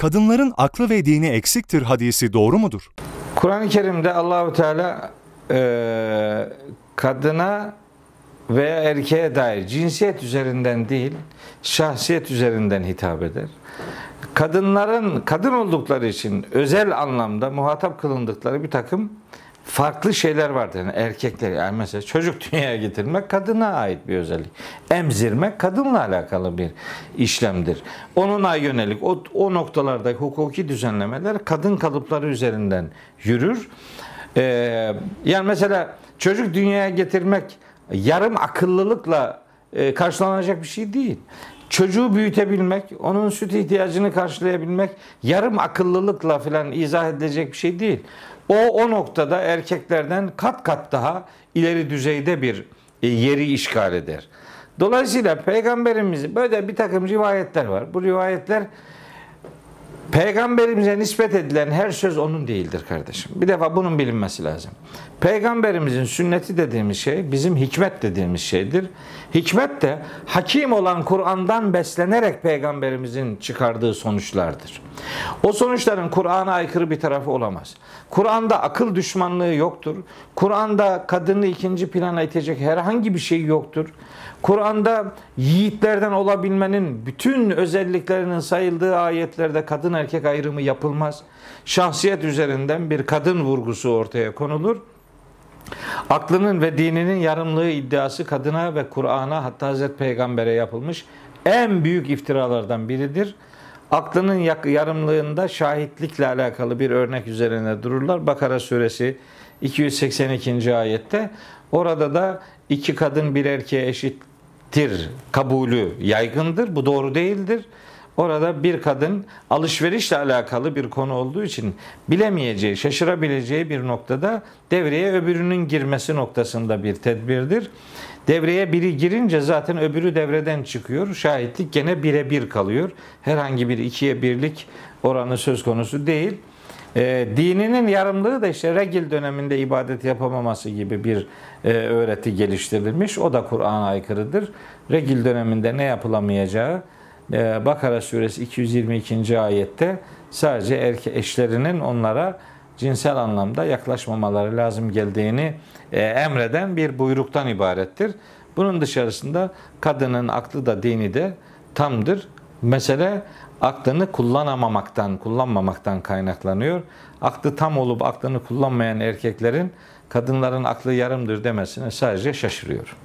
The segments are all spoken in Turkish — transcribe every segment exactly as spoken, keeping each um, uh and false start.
kadınların aklı ve dini eksiktir hadisi doğru mudur? Kur'an-ı Kerim'de Allahu Teala e, kadına veya erkeğe dair cinsiyet üzerinden değil, şahsiyet üzerinden hitap eder. Kadınların kadın oldukları için özel anlamda muhatap kılındıkları bir takım farklı şeyler vardır. Yani erkekler, yani mesela çocuk dünyaya getirmek kadına ait bir özellik. Emzirmek kadınla alakalı bir işlemdir. Onuna yönelik o, o noktalarda hukuki düzenlemeler kadın kalıpları üzerinden yürür. Ee, yani mesela çocuk dünyaya getirmek yarım akıllılıkla e, karşılanacak bir şey değil. Çocuğu büyütebilmek, onun süt ihtiyacını karşılayabilmek yarım akıllılıkla falan izah edilecek bir şey değil. O o noktada erkeklerden kat kat daha ileri düzeyde bir e, yeri işgal eder. Dolayısıyla Peygamberimiz böyle bir takım rivayetler var. Bu rivayetler Peygamberimize nispet edilen her söz onun değildir kardeşim. Bir defa bunun bilinmesi lazım. Peygamberimizin sünneti dediğimiz şey bizim hikmet dediğimiz şeydir. Hikmet de hakim olan Kur'an'dan beslenerek Peygamberimizin çıkardığı sonuçlardır. O sonuçların Kur'an'a aykırı bir tarafı olamaz. Kur'an'da akıl düşmanlığı yoktur. Kur'an'da kadını ikinci plana itecek herhangi bir şey yoktur. Kur'an'da yiğitlerden olabilmenin bütün özelliklerinin sayıldığı ayetlerde kadın erkek ayrımı yapılmaz. Şahsiyet üzerinden bir kadın vurgusu ortaya konulur. Aklının ve dininin yarımlığı iddiası kadına ve Kur'an'a, hatta Hazreti Peygamber'e yapılmış en büyük iftiralardan biridir. Aklının yarımlığında şahitlikle alakalı bir örnek üzerine dururlar. Bakara suresi iki yüz seksen ikinci ayette. Orada da iki kadın bir erkeğe eşittir kabulü yaygındır. Bu doğru değildir. Orada bir kadın alışverişle alakalı bir konu olduğu için bilemeyeceği, şaşırabileceği bir noktada devreye öbürünün girmesi noktasında bir tedbirdir. Devreye biri girince zaten öbürü devreden çıkıyor. Şahitlik gene bire bir kalıyor. Herhangi bir ikiye birlik oranı söz konusu değil. E, dininin yarımlığı da işte regil döneminde ibadet yapamaması gibi bir e, öğreti geliştirilmiş. O da Kur'an'a aykırıdır. Regil döneminde ne yapılamayacağı e, Bakara suresi iki yüz yirmi ikinci ayette sadece erke eşlerinin onlara cinsel anlamda yaklaşmamaları lazım geldiğini e, emreden bir buyruktan ibarettir. Bunun dışarısında kadının aklı da dini de tamdır. Mesele aklını kullanamamaktan, kullanmamaktan kaynaklanıyor. Aklı tam olup aklını kullanmayan erkeklerin kadınların aklı yarımdır demesine sadece şaşırıyorum.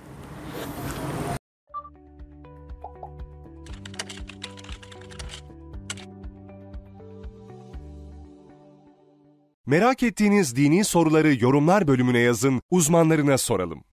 Merak ettiğiniz dini soruları yorumlar bölümüne yazın, uzmanlarına soralım.